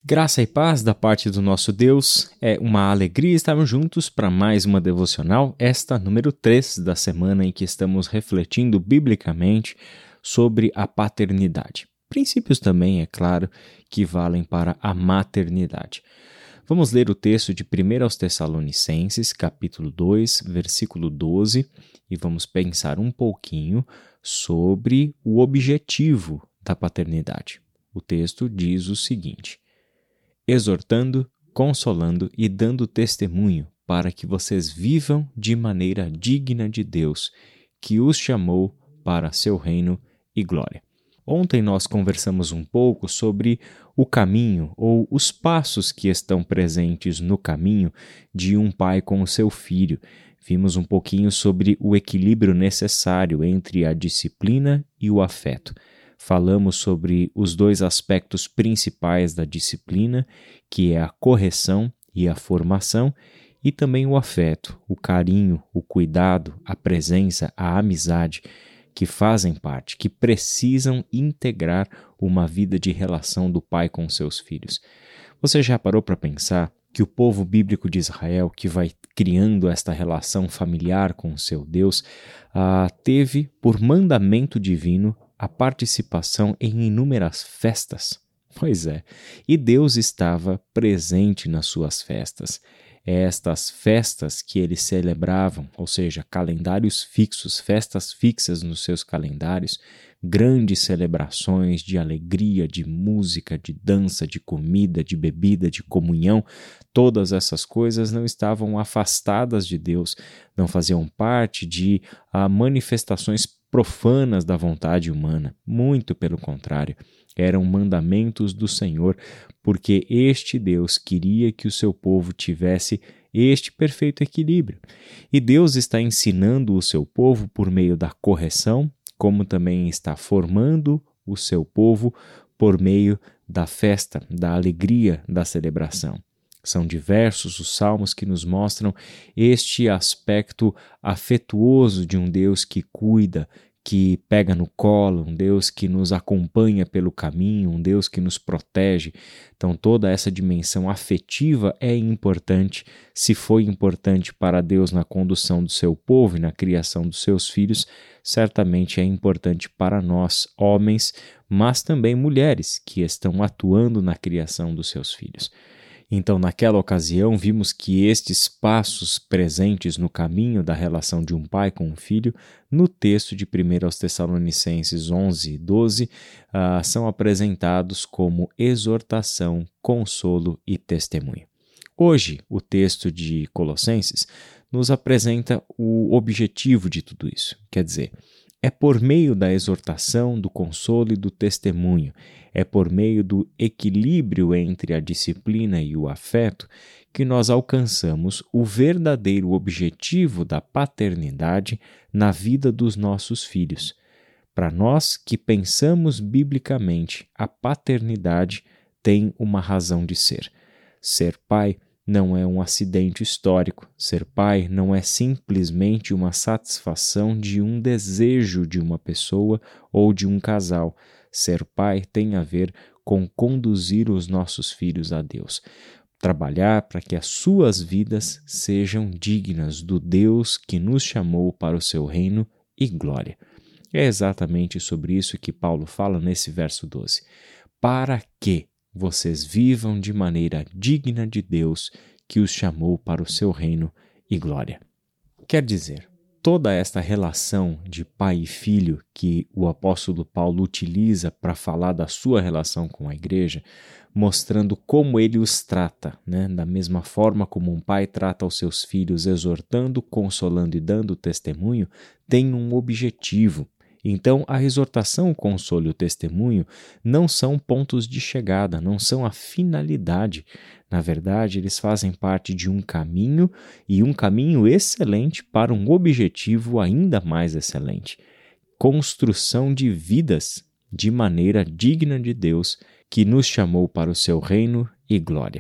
Graça e paz da parte do nosso Deus, é uma alegria estarmos juntos para mais uma devocional, esta número 3 da semana em que estamos refletindo biblicamente sobre a paternidade. Princípios também, é claro, que valem para a maternidade. Vamos ler o texto de 1 aos Tessalonicenses, capítulo 2, versículo 12, e vamos pensar um pouquinho sobre o objetivo da paternidade. O texto diz o seguinte: exortando, consolando e dando testemunho para que vocês vivam de maneira digna de Deus, que os chamou para seu reino e glória. Ontem nós conversamos um pouco sobre o caminho ou os passos que estão presentes no caminho de um pai com o seu filho. Vimos um pouquinho sobre o equilíbrio necessário entre a disciplina e o afeto. Falamos sobre os dois aspectos principais da disciplina, que é a correção e a formação, e também o afeto, o carinho, o cuidado, a presença, a amizade, que fazem parte, que precisam integrar uma vida de relação do pai com seus filhos. Você já parou para pensar que o povo bíblico de Israel, que vai criando esta relação familiar com o seu Deus, teve, por mandamento divino, a participação em inúmeras festas? Pois é, e Deus estava presente nas suas festas. Estas festas que eles celebravam, ou seja, calendários fixos, festas fixas nos seus calendários, grandes celebrações de alegria, de música, de dança, de comida, de bebida, de comunhão, todas essas coisas não estavam afastadas de Deus, não faziam parte de manifestações profanas da vontade humana. Muito pelo contrário, eram mandamentos do Senhor, porque este Deus queria que o seu povo tivesse este perfeito equilíbrio. E Deus está ensinando o seu povo por meio da correção, como também está formando o seu povo por meio da festa, da alegria, da celebração. São diversos os salmos que nos mostram este aspecto afetuoso de um Deus que cuida, que pega no colo, um Deus que nos acompanha pelo caminho, um Deus que nos protege. Então toda essa dimensão afetiva é importante. Se foi importante para Deus na condução do seu povo e na criação dos seus filhos, certamente é importante para nós, homens, mas também mulheres que estão atuando na criação dos seus filhos. Então, naquela ocasião, vimos que estes passos presentes no caminho da relação de um pai com um filho, no texto de 1 aos Tessalonicenses 11 e 12, são apresentados como exortação, consolo e testemunho. Hoje, o texto de Colossenses nos apresenta o objetivo de tudo isso, quer dizer, é por meio da exortação, do consolo e do testemunho, é por meio do equilíbrio entre a disciplina e o afeto que nós alcançamos o verdadeiro objetivo da paternidade na vida dos nossos filhos. Para nós que pensamos biblicamente, a paternidade tem uma razão de ser. Ser pai não é um acidente histórico. Ser pai não é simplesmente uma satisfação de um desejo de uma pessoa ou de um casal. Ser pai tem a ver com conduzir os nossos filhos a Deus. Trabalhar para que as suas vidas sejam dignas do Deus que nos chamou para o seu reino e glória. É exatamente sobre isso que Paulo fala nesse verso 12. Para que vocês vivam de maneira digna de Deus que os chamou para o seu reino e glória. Quer dizer, toda esta relação de pai e filho que o apóstolo Paulo utiliza para falar da sua relação com a igreja, mostrando como ele os trata, da mesma forma como um pai trata os seus filhos, exortando, consolando e dando testemunho, tem um objetivo. Então, a exortação, o consolo e o testemunho não são pontos de chegada, não são a finalidade. Na verdade, eles fazem parte de um caminho e um caminho excelente para um objetivo ainda mais excelente. Construção de vidas de maneira digna de Deus que nos chamou para o seu reino e glória.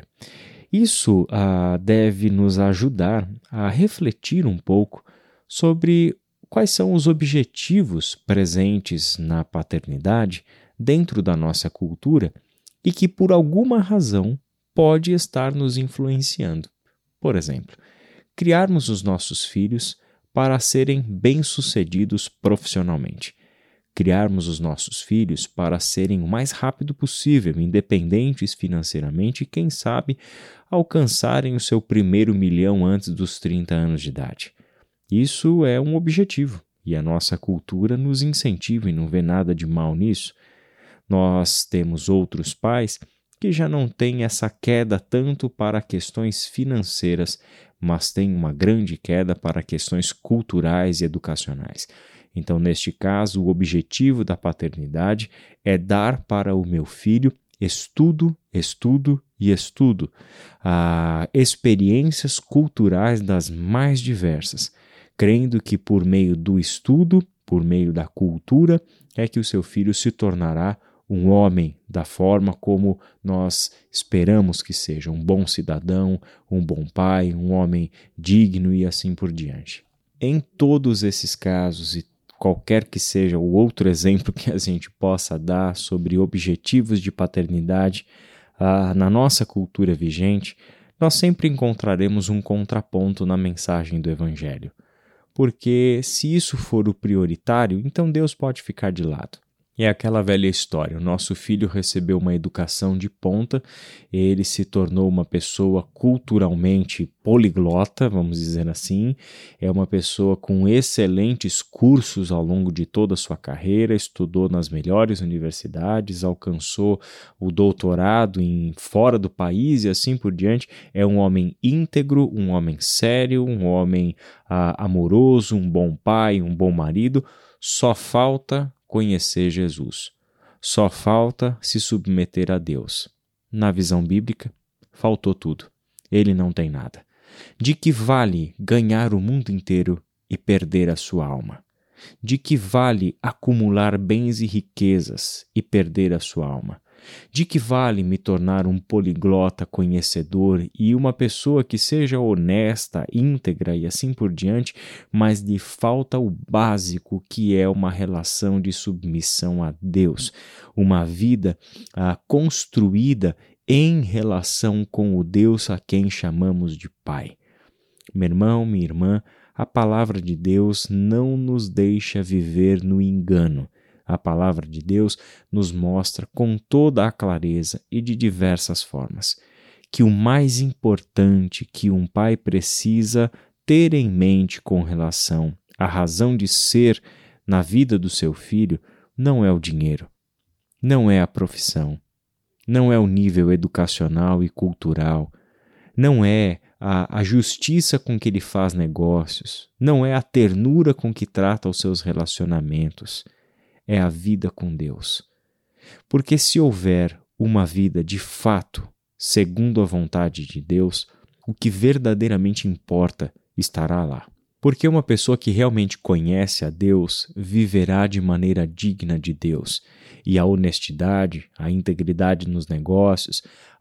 Isso deve nos ajudar a refletir um pouco sobre quais são os objetivos presentes na paternidade dentro da nossa cultura e que por alguma razão pode estar nos influenciando. Por exemplo, criarmos os nossos filhos para serem bem-sucedidos profissionalmente. Criarmos os nossos filhos para serem o mais rápido possível, independentes financeiramente e, quem sabe, alcançarem o seu primeiro milhão antes dos 30 anos de idade. Isso é um objetivo e a nossa cultura nos incentiva e não vê nada de mal nisso. Nós temos outros pais que já não têm essa queda tanto para questões financeiras, mas têm uma grande queda para questões culturais e educacionais. Então, neste caso, o objetivo da paternidade é dar para o meu filho estudo, estudo e estudo, experiências culturais das mais diversas, crendo que por meio do estudo, por meio da cultura, é que o seu filho se tornará um homem da forma como nós esperamos que seja, um bom cidadão, um bom pai, um homem digno e assim por diante. Em todos esses casos e qualquer que seja o outro exemplo que a gente possa dar sobre objetivos de paternidade, na nossa cultura vigente, nós sempre encontraremos um contraponto na mensagem do Evangelho. Porque se isso for o prioritário, então Deus pode ficar de lado. É aquela velha história, o nosso filho recebeu uma educação de ponta, ele se tornou uma pessoa culturalmente poliglota, vamos dizer assim, é uma pessoa com excelentes cursos ao longo de toda a sua carreira, estudou nas melhores universidades, alcançou o doutorado fora do país e assim por diante, é um homem íntegro, um homem sério, um homem amoroso, um bom pai, um bom marido, só falta conhecer Jesus. Só falta se submeter a Deus. Na visão bíblica, faltou tudo. Ele não tem nada. De que vale ganhar o mundo inteiro e perder a sua alma? De que vale acumular bens e riquezas e perder a sua alma? De que vale me tornar um poliglota conhecedor e uma pessoa que seja honesta, íntegra e assim por diante, mas lhe falta o básico, que é uma relação de submissão a Deus, uma vida construída em relação com o Deus a quem chamamos de Pai. Meu irmão, minha irmã, a palavra de Deus não nos deixa viver no engano. A palavra de Deus nos mostra com toda a clareza e de diversas formas que o mais importante que um pai precisa ter em mente com relação à razão de ser na vida do seu filho não é o dinheiro, não é a profissão, não é o nível educacional e cultural, não é a justiça com que ele faz negócios, não é a ternura com que trata os seus relacionamentos, é a vida com Deus. Porque se houver uma vida de fato, segundo a vontade de Deus, o que verdadeiramente importa estará lá. Porque uma pessoa que realmente conhece a Deus viverá de maneira digna de Deus. E a honestidade, a integridade nos negócios,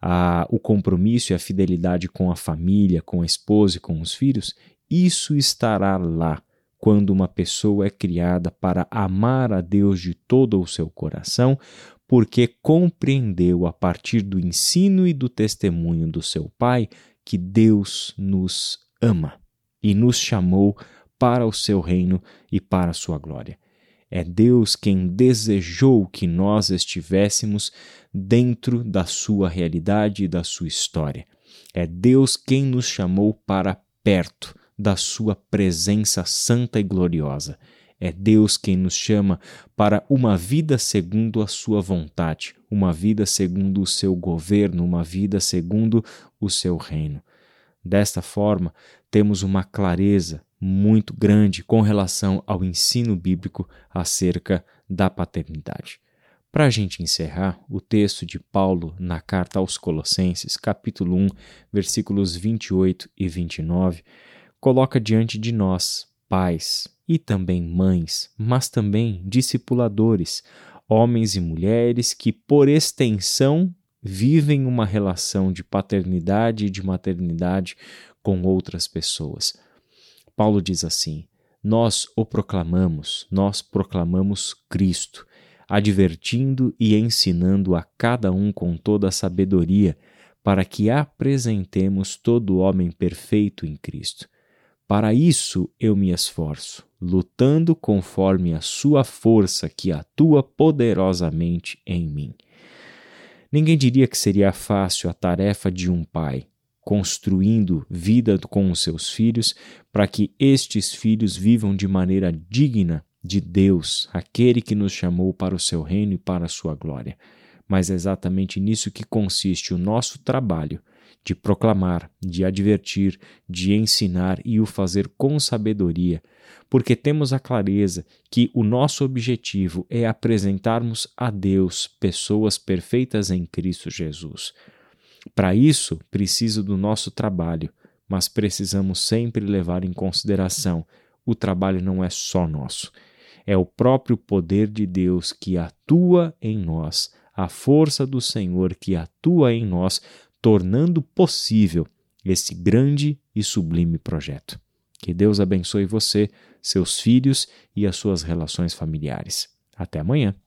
o compromisso e a fidelidade com a família, com a esposa e com os filhos, isso estará lá. Quando uma pessoa é criada para amar a Deus de todo o seu coração, porque compreendeu a partir do ensino e do testemunho do seu Pai que Deus nos ama e nos chamou para o seu reino e para a sua glória. É Deus quem desejou que nós estivéssemos dentro da sua realidade e da sua história. É Deus quem nos chamou para perto da sua presença santa e gloriosa. É Deus quem nos chama para uma vida segundo a sua vontade, uma vida segundo o seu governo, uma vida segundo o seu reino. Desta forma, temos uma clareza muito grande com relação ao ensino bíblico acerca da paternidade. Para a gente encerrar, o texto de Paulo na carta aos Colossenses, capítulo 1, versículos 28 e 29, coloca diante de nós, pais e também mães, mas também discipuladores, homens e mulheres que, por extensão, vivem uma relação de paternidade e de maternidade com outras pessoas. Paulo diz assim: nós proclamamos Cristo, advertindo e ensinando a cada um com toda a sabedoria, para que apresentemos todo homem perfeito em Cristo. Para isso eu me esforço, lutando conforme a sua força que atua poderosamente em mim. Ninguém diria que seria fácil a tarefa de um pai, construindo vida com os seus filhos, para que estes filhos vivam de maneira digna de Deus, aquele que nos chamou para o seu reino e para a sua glória. Mas é exatamente nisso que consiste o nosso trabalho, de proclamar, de advertir, de ensinar e o fazer com sabedoria, porque temos a clareza que o nosso objetivo é apresentarmos a Deus pessoas perfeitas em Cristo Jesus. Para isso, preciso do nosso trabalho, mas precisamos sempre levar em consideração: o trabalho não é só nosso. É o próprio poder de Deus que atua em nós, a força do Senhor que atua em nós, tornando possível esse grande e sublime projeto. Que Deus abençoe você, seus filhos e as suas relações familiares. Até amanhã.